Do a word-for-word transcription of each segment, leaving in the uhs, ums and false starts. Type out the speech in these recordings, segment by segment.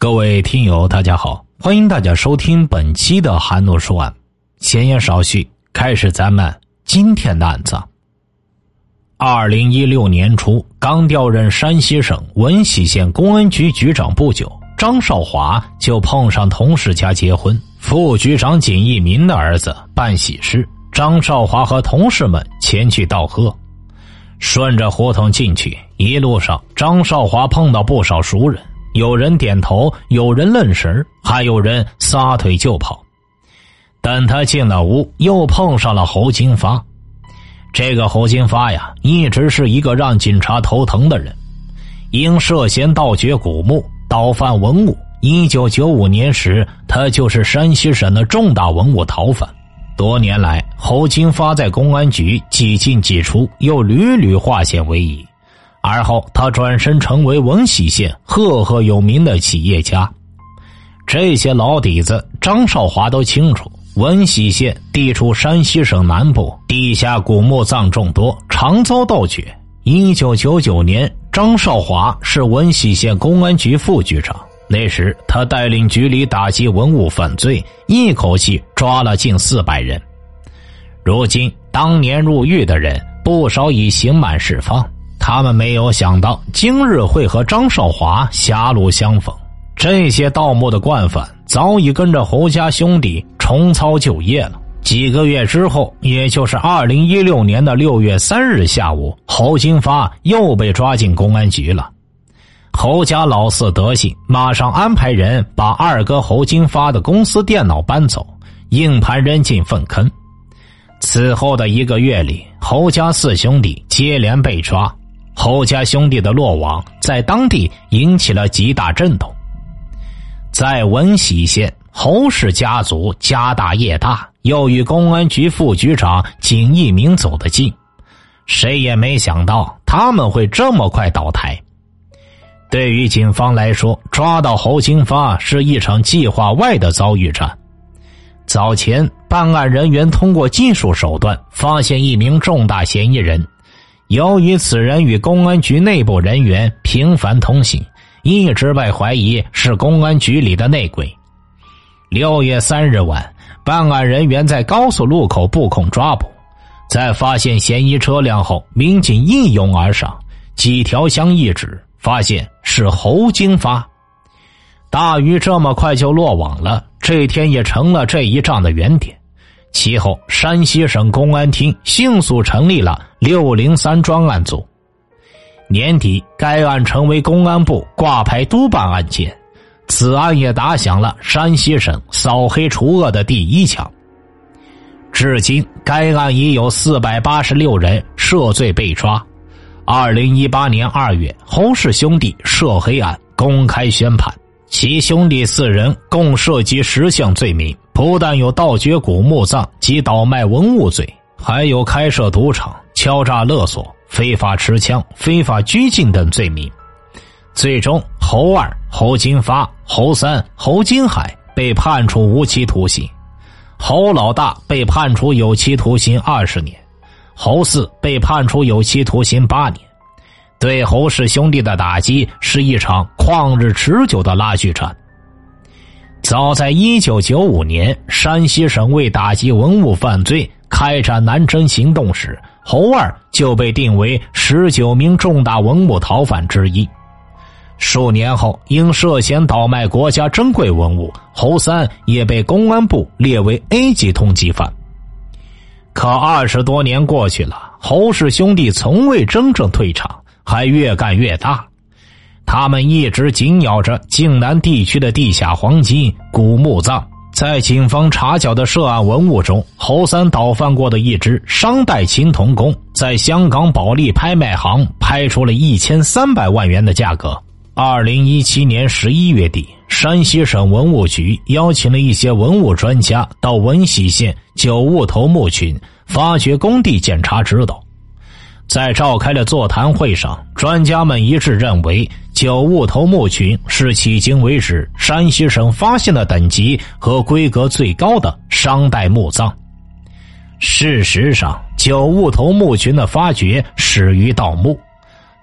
各位听友大家好，欢迎大家收听本期的韩诺说案。闲言少叙，开始咱们今天的案子。二零一六年初，刚调任山西省闻喜县公安局局长不久，张少华就碰上同事家结婚，副局长锦一民的儿子办喜事，张少华和同事们前去道贺。顺着胡同进去，一路上张少华碰到不少熟人，有人点头，有人愣神，还有人撒腿就跑。等他进了屋，又碰上了侯金发。这个侯金发呀，一直是一个让警察头疼的人，因涉嫌盗掘古墓、盗犯文物。一九九五年时，他就是山西省的重大文物逃犯。多年来，侯金发在公安局几进几出，又屡屡化险为夷。而后他转身成为闻喜县赫赫有名的企业家。这些老底子张少华都清楚，闻喜县地处山西省南部，地下古墓葬众多，常遭盗掘。一九九九年，张少华是闻喜县公安局副局长，那时他带领局里打击文物犯罪，一口气抓了近四百人。如今当年入狱的人不少已刑满释放，他们没有想到今日会和张少华狭路相逢。这些盗墓的惯犯早已跟着侯家兄弟重操旧业了。几个月之后，也就是二零一六年的六月三日下午，侯金发又被抓进公安局了。侯家老四德行马上安排人把二哥侯金发的公司电脑搬走，硬盘扔进粪坑。此后的一个月里，侯家四兄弟接连被抓，侯家兄弟的落网在当地引起了极大震动。在闻喜县，侯氏家族家大业大，又与公安局副局长锦一鸣走得近，谁也没想到他们会这么快倒台。对于警方来说，抓到侯金发是一场计划外的遭遇战。早前办案人员通过技术手段发现一名重大嫌疑人，由于此人与公安局内部人员频繁通信，一直被怀疑是公安局里的内鬼。六月三日晚，办案人员在高速路口布控抓捕，在发现嫌疑车辆后，民警一拥而上，几条枪一指，发现是侯金发。大鱼这么快就落网了，这天也成了这一仗的原点。其后山西省公安厅迅速成立了六零三专案组。年底该案成为公安部挂牌督办案件，此案也打响了山西省扫黑除恶的第一枪。至今该案已有四百八十六人涉罪被抓。二零一八年二月，侯氏兄弟涉黑案公开宣判，其兄弟四人共涉及十项罪名，不但有盗掘古墓葬及倒卖文物罪，还有开设赌场、敲诈勒索、非法持枪、非法拘禁等罪名。最终侯二、侯金发、侯三、侯金海被判处无期徒刑，侯老大被判处有期徒刑二十年，侯四被判处有期徒刑八年。对侯氏兄弟的打击是一场旷日持久的拉锯战。早在一九九五年，山西省为打击文物犯罪开展南征行动时，侯二就被定为十九名重大文物逃犯之一。数年后，因涉嫌倒卖国家珍贵文物，侯三也被公安部列为 A 级通缉犯。可二十多年过去了，侯氏兄弟从未真正退场，还越干越大。他们一直紧咬着晋南地区的地下黄金、古墓葬。在警方查缴的涉案文物中，侯三倒贩过的一只商代青铜弓，在香港保利拍卖行拍出了一千三百万元的价格。二零一七年十一月底，山西省文物局邀请了一些文物专家到闻喜县九雾头墓群发掘工地检查指导。在召开的座谈会上，专家们一致认为九雾头墓群是迄今为止山西省发现的等级和规格最高的商代墓葬。事实上，九雾头墓群的发掘始于盗墓。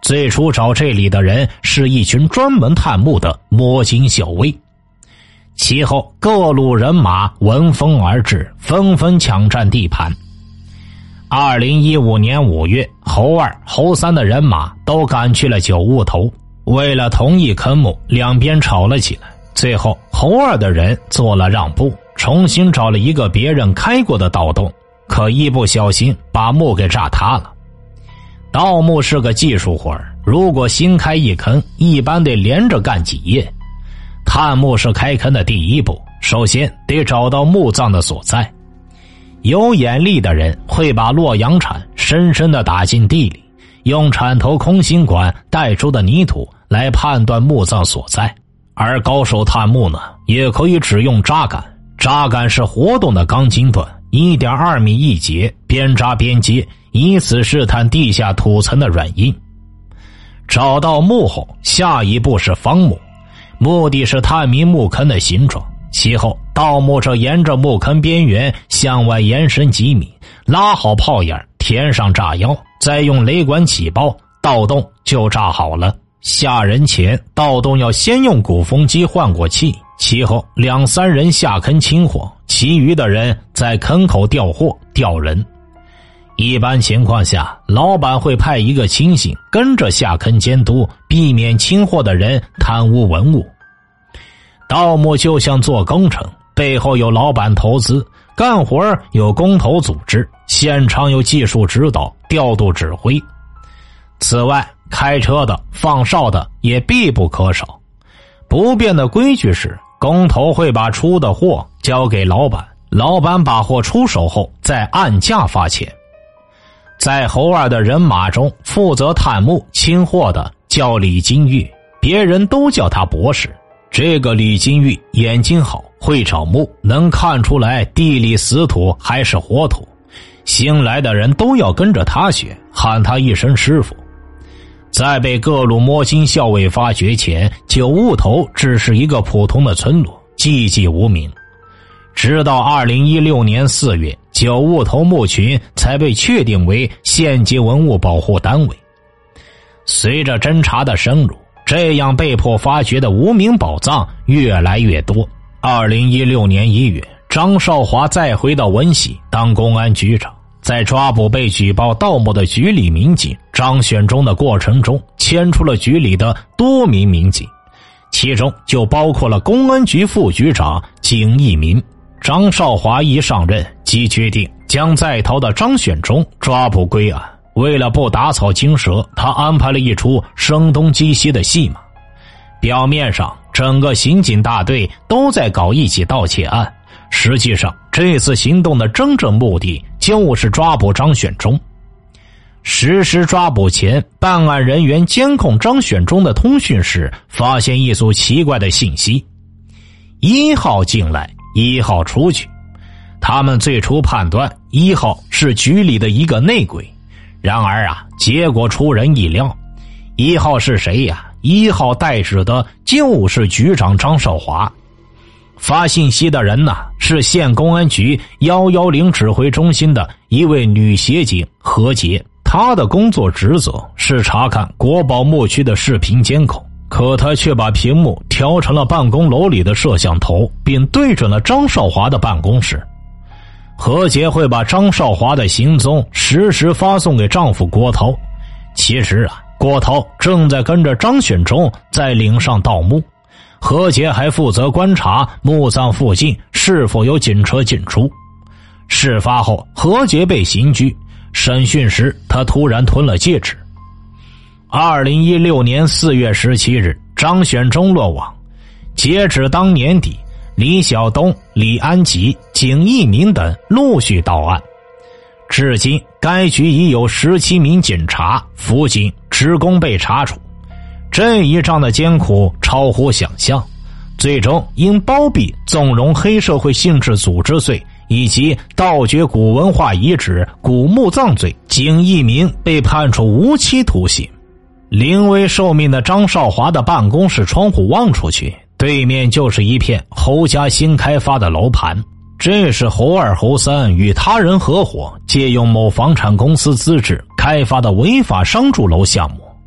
最初找这里的人是一群专门探墓的摸金校尉。其后各路人马闻风而至，纷纷抢占地盘。二零一五年五月，侯二、侯三的人马都赶去了九雾头，为了同意坑墓，两边吵了起来。最后侯二的人做了让步，重新找了一个别人开过的盗洞，可一不小心把墓给炸塌了。盗墓是个技术活，如果新开一坑，一般得连着干几夜。探墓是开坑的第一步，首先得找到墓葬的所在。有眼力的人会把洛阳铲深深地打进地里，用铲头空心管带出的泥土来判断墓葬所在。而高手探墓呢，也可以只用扎杆，扎杆是活动的钢筋段， 一点二米一节，边扎边接，以此试探地下土层的软硬。找到墓后，下一步是方墓，目的是探明墓坑的形状。其后盗墓者沿着墓坑边缘向外延伸几米，拉好炮眼，填上炸药，再用雷管起爆，盗洞就炸好了。下人前，盗洞要先用鼓风机换过气，其后两三人下坑清货，其余的人在坑口调货调人。一般情况下，老板会派一个亲信跟着下坑监督，避免清货的人贪污文物。盗墓就像做工程，背后有老板投资，干活有工头组织，现场有技术指导，调度指挥。此外，开车的、放哨的也必不可少。不变的规矩是，工头会把出的货交给老板，老板把货出手后再按价发钱。在侯二的人马中，负责探墓清货的叫李金玉，别人都叫他博士。这个李金玉眼睛好，会找墓，能看出来地里死土还是活土。新来的人都要跟着他学，喊他一声师傅。在被各路摸金校尉发掘前，九雾头只是一个普通的村落，寂寂无名。直到二零一六年四月，九雾头墓群才被确定为县级文物保护单位。随着侦查的深入，这样被迫发掘的无名宝藏越来越多。二零一六年一月，张少华再回到闻喜当公安局长，在抓捕被举报盗墓的局里民警张选忠的过程中，牵出了局里的多名民警，其中就包括了公安局副局长景一民。张少华一上任即决定将在逃的张选忠抓捕归案。为了不打草惊蛇，他安排了一出声东击西的戏码。表面上整个刑警大队都在搞一起盗窃案，实际上这次行动的真正目的就是抓捕张选忠。实施抓捕前，办案人员监控张选忠的通讯时，发现一组奇怪的信息：一号进来，一号出去。他们最初判断一号是局里的一个内鬼，然而啊，结果出人意料。一号是谁呀？一号代指的就是局长张少华。发信息的人呢，是县公安局一一零指挥中心的一位女协警何洁。她的工作职责是查看国宝墓区的视频监控，可她却把屏幕调成了办公楼里的摄像头，并对准了张少华的办公室。何洁会把张少华的行踪实时发送给丈夫郭涛。其实啊，郭涛正在跟着张选忠在岭上盗墓，何洁还负责观察墓葬附近是否有警车进出。事发后，何洁被刑拘，审讯时他突然吞了戒指。二零一六年四月十七日，张选忠落网。截止当年底，李晓东、李安吉、景一民等陆续到案。至今，该局已有十七名警察、辅警、职工被查处。这一仗的艰苦超乎想象，最终因包庇、纵容黑社会性质组织罪以及盗掘古文化遗址、古墓葬罪，景一民被判处无期徒刑。临危受命的张少华的办公室窗户望出去，对面就是一片侯家新开发的楼盘。这是侯二、侯三与他人合伙，借用某房产公司资质开发的违法商住楼项目。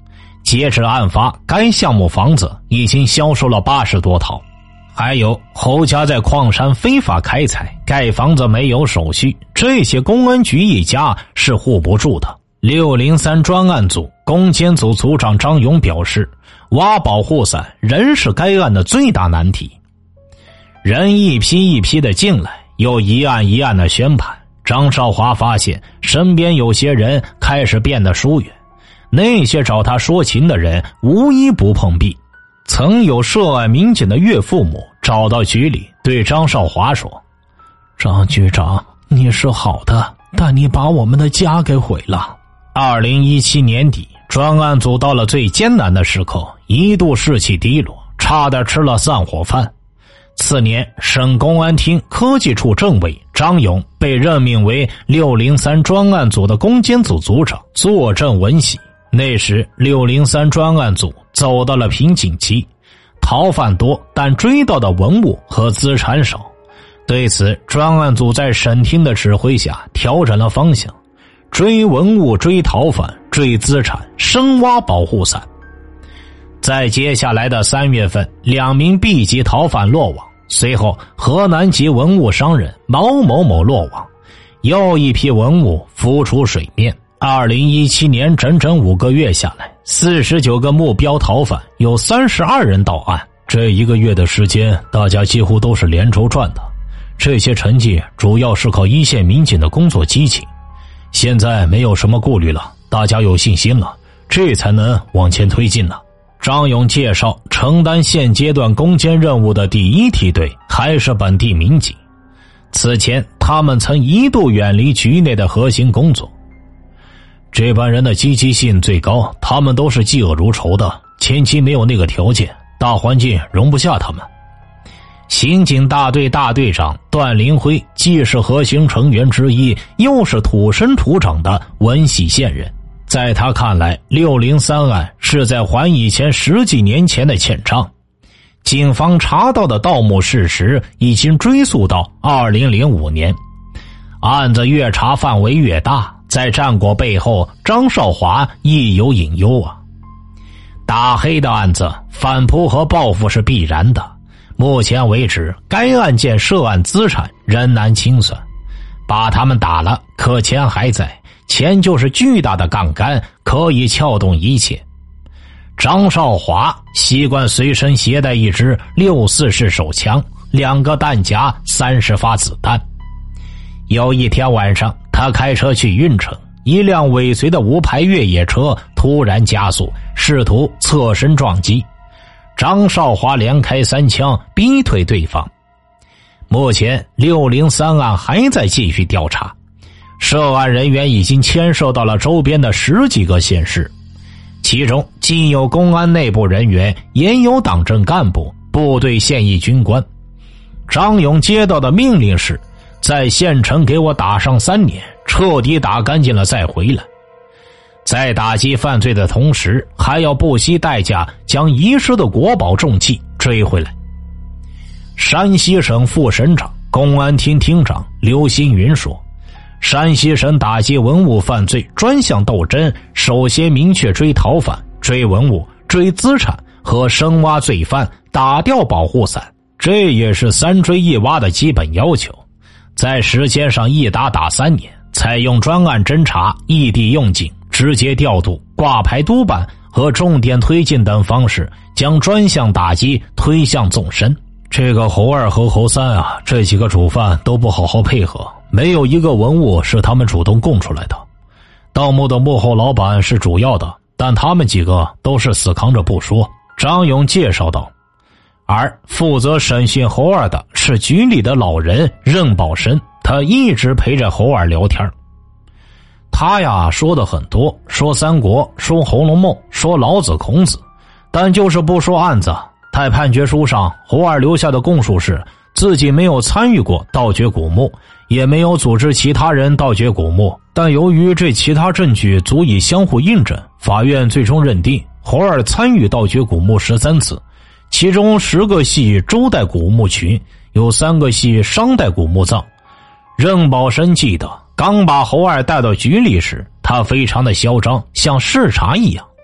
截至案发，该项目房子已经销售了八十多套。还有侯家在矿山非法开采，盖房子没有手续，这些公安局一家是护不住的。六零三专案组攻坚组组长张勇表示，挖保护伞仍是该案的最大难题。人一批一批的进来，又一案一案的宣判。张少华发现身边有些人开始变得疏远，那些找他说情的人无一不碰壁。曾有涉案民警的岳父母找到局里，对张少华说：“张局长，你是好的，但你把我们的家给毁了。”二零一七年底，专案组到了最艰难的时刻，一度士气低落，差点吃了散伙饭。次年，省公安厅科技处政委张勇被任命为六零三专案组的攻坚组组长，坐镇闻喜。那时六零三专案组走到了瓶颈期，逃犯多，但追到的文物和资产少。对此，专案组在省厅的指挥下调整了方向，追文物、追逃犯、追资产，深挖保护伞。在接下来的三月份，两名 B 级逃犯落网，随后河南籍文物商人毛某某落网，又一批文物浮出水面。二零一七年整整五个月下来，四十九个目标逃犯，有三十二人到案。这一个月的时间，大家几乎都是连轴转的。这些成绩主要是靠一线民警的工作激情。现在没有什么顾虑了，大家有信心了，这才能往前推进呢。张勇介绍，承担现阶段攻坚任务的第一梯队还是本地民警。此前，他们曾一度远离局内的核心工作。这帮人的积极性最高，他们都是嫉恶如仇的，前期没有那个条件，大环境容不下他们。刑警大队大队长段林辉既是核心成员之一，又是土生土长的闻喜县人。在他看来，六零三案是在还以前十几年前的欠账。警方查到的盗墓事实已经追溯到二零零五年，案子越查范围越大，在战果背后，张少华亦有隐忧啊。打黑的案子，反扑和报复是必然的。目前为止，该案件涉案资产仍难清算，把他们打了，可钱还在，钱就是巨大的杠杆，可以撬动一切。张少华习惯随身携带一支六四式手枪，两个弹夹，三十发子弹。有一天晚上，他开车去运城，一辆尾随的无牌越野车突然加速，试图侧身撞击。张少华连开三枪，逼退对方。目前六零三案还在继续调查，涉案人员已经牵涉到了周边的十几个县市，其中既有公安内部人员，也有党政干部、部队现役军官。张勇接到的命令是，在县城给我打上三年，彻底打干净了再回来。在打击犯罪的同时，还要不惜代价将遗失的国宝重器追回来。山西省副省长、公安厅厅长刘新云说，山西省打击文物犯罪专项斗争，首先明确追逃犯、追文物、追资产和深挖罪犯，打掉保护伞，这也是三追一挖的基本要求。在时间上一打打三年，采用专案侦查、异地用警、直接调度、挂牌督办和重点推进等方式，将专项打击推向纵深。这个侯二和侯三啊，这几个主犯都不好好配合，没有一个文物是他们主动供出来的。盗墓的幕后老板是主要的，但他们几个都是死扛着不说。张勇介绍道。而负责审讯侯二的是局里的老人任宝生，他一直陪着侯二聊天。他呀说的很多，说三国，说红楼梦，说老子孔子，但就是不说案子。在判决书上，侯二留下的供述是自己没有参与过盗掘古墓，也没有组织其他人盗掘古墓，但由于这其他证据足以相互印证，法院最终认定侯二参与盗掘古墓十三次，其中十个系周代古墓群，有三个系商代古墓葬。任宝生记得，刚把侯二带到局里时，他非常的嚣张，像视察一样。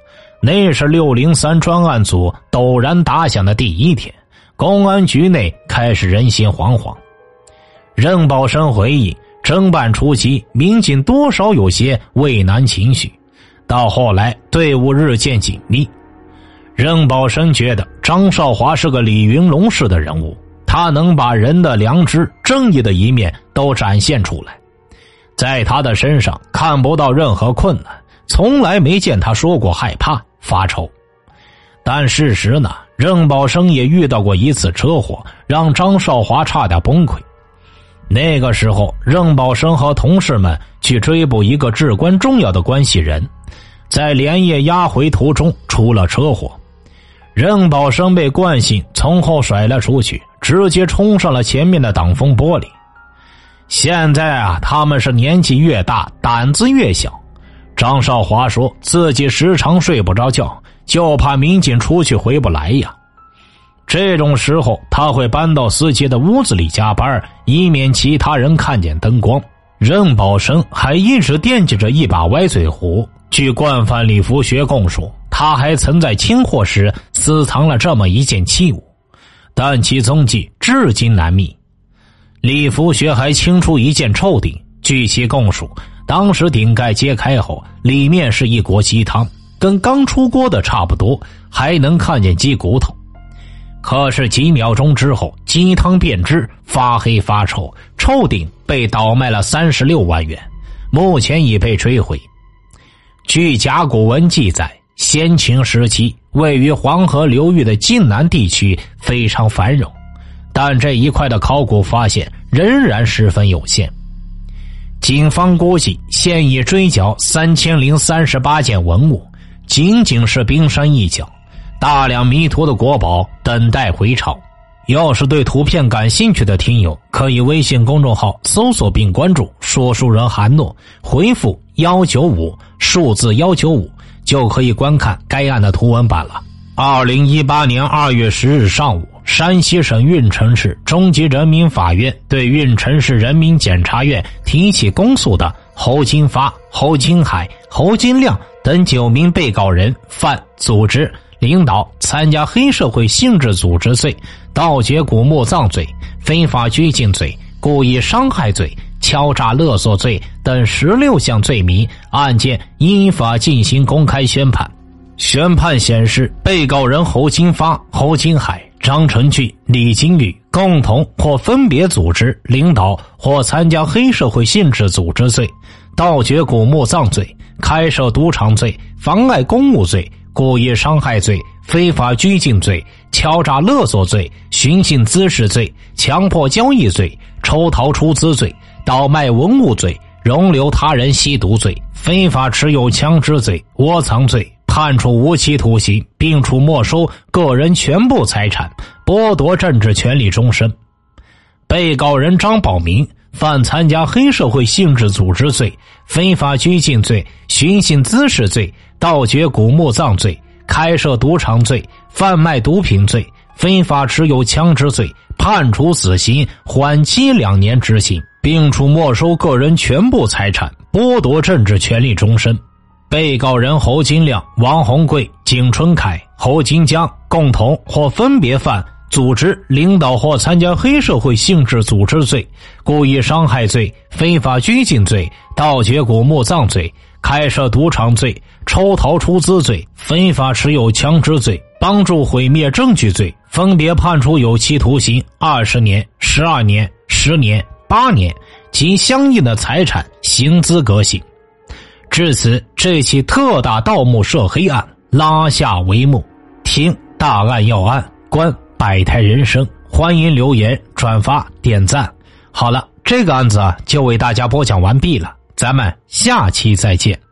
那是六零三专案组陡然打响的第一天，公安局内开始人心惶惶。任宝生回忆，侦办初期民警多少有些畏难情绪，到后来队伍日渐紧密。任宝生觉得张少华是个李云龙式的人物，他能把人的良知正义的一面都展现出来，在他的身上看不到任何困难，从来没见他说过害怕发愁。但事实呢，任宝生也遇到过一次车祸，让张少华差点崩溃。那个时候任宝生和同事们去追捕一个至关重要的关系人，在连夜押回途中出了车祸，任宝生被惯性从后甩了出去，直接冲上了前面的挡风玻璃。现在啊，他们是年纪越大胆子越小。张少华说自己时常睡不着觉，就怕民警出去回不来呀。这种时候他会搬到司机的屋子里加班，以免其他人看见灯光。任宝生还一直惦记着一把歪嘴壶，据惯犯李福学供述，他还曾在清货时私藏了这么一件器物，但其踪迹至今难觅。李福学还清出一件臭鼎，据其供述，当时鼎盖揭开后，里面是一锅鸡汤，跟刚出锅的差不多，还能看见鸡骨头。可是几秒钟之后，鸡汤变质，发黑发臭，臭鼎被倒卖了三十六万元，目前已被追回。据甲骨文记载，先秦时期位于黄河流域的晋南地区非常繁荣，但这一块的考古发现仍然十分有限。警方估计现已追缴三千零三十八件文物，仅仅是冰山一角，大量迷途的国宝等待回潮。要是对图片感兴趣的听友，可以微信公众号搜索并关注说书人韩诺，回复一九五数字一九五就可以观看该案的图文版了。二零一八年二月十日上午，山西省运城市中级人民法院对运城市人民检察院提起公诉的侯金发、侯金海、侯金亮等九名被告人犯组织、领导、参加黑社会性质组织罪、盗掘古墓葬罪、非法拘禁罪、故意伤害罪、敲诈勒索罪等十六项罪名，案件依法进行公开宣判。宣判显示，被告人侯金发、侯金海、张成俊、李金宇共同或分别组织、领导或参加黑社会性质组织罪、盗掘古墓葬罪、开设赌场罪、妨碍公务罪、故意伤害罪、非法拘禁罪、敲诈勒索罪、寻衅滋事罪、强迫交易罪、抽逃出资罪、倒卖文物罪、容留他人吸毒罪、非法持有枪支罪、窝藏罪，判处无期徒刑，并处没收个人全部财产，剥夺政治权利终身。被告人张宝明犯参加黑社会性质组织罪、非法拘禁罪、寻衅滋事罪、盗掘古墓葬罪、开设赌场罪、贩卖毒品罪、非法持有枪支罪，判处死刑，缓期两年执行，并处没收个人全部财产，剥夺政治权利终身。被告人侯金亮、王红贵、景春凯、侯金江共同或分别犯组织、领导或参加黑社会性质组织罪、故意伤害罪、非法拘禁罪、盗掘古墓葬罪、开设赌场罪、抽逃出资罪、非法持有枪支罪、帮助毁灭证据罪，分别判处有期徒刑二十年、十二年、十年、八年及相应的财产刑资革新。至此，这起特大盗墓涉黑案拉下帷幕。听大案要案，观百态人生，欢迎留言、转发、点赞。好了，这个案子啊，就为大家播讲完毕了，咱们下期再见。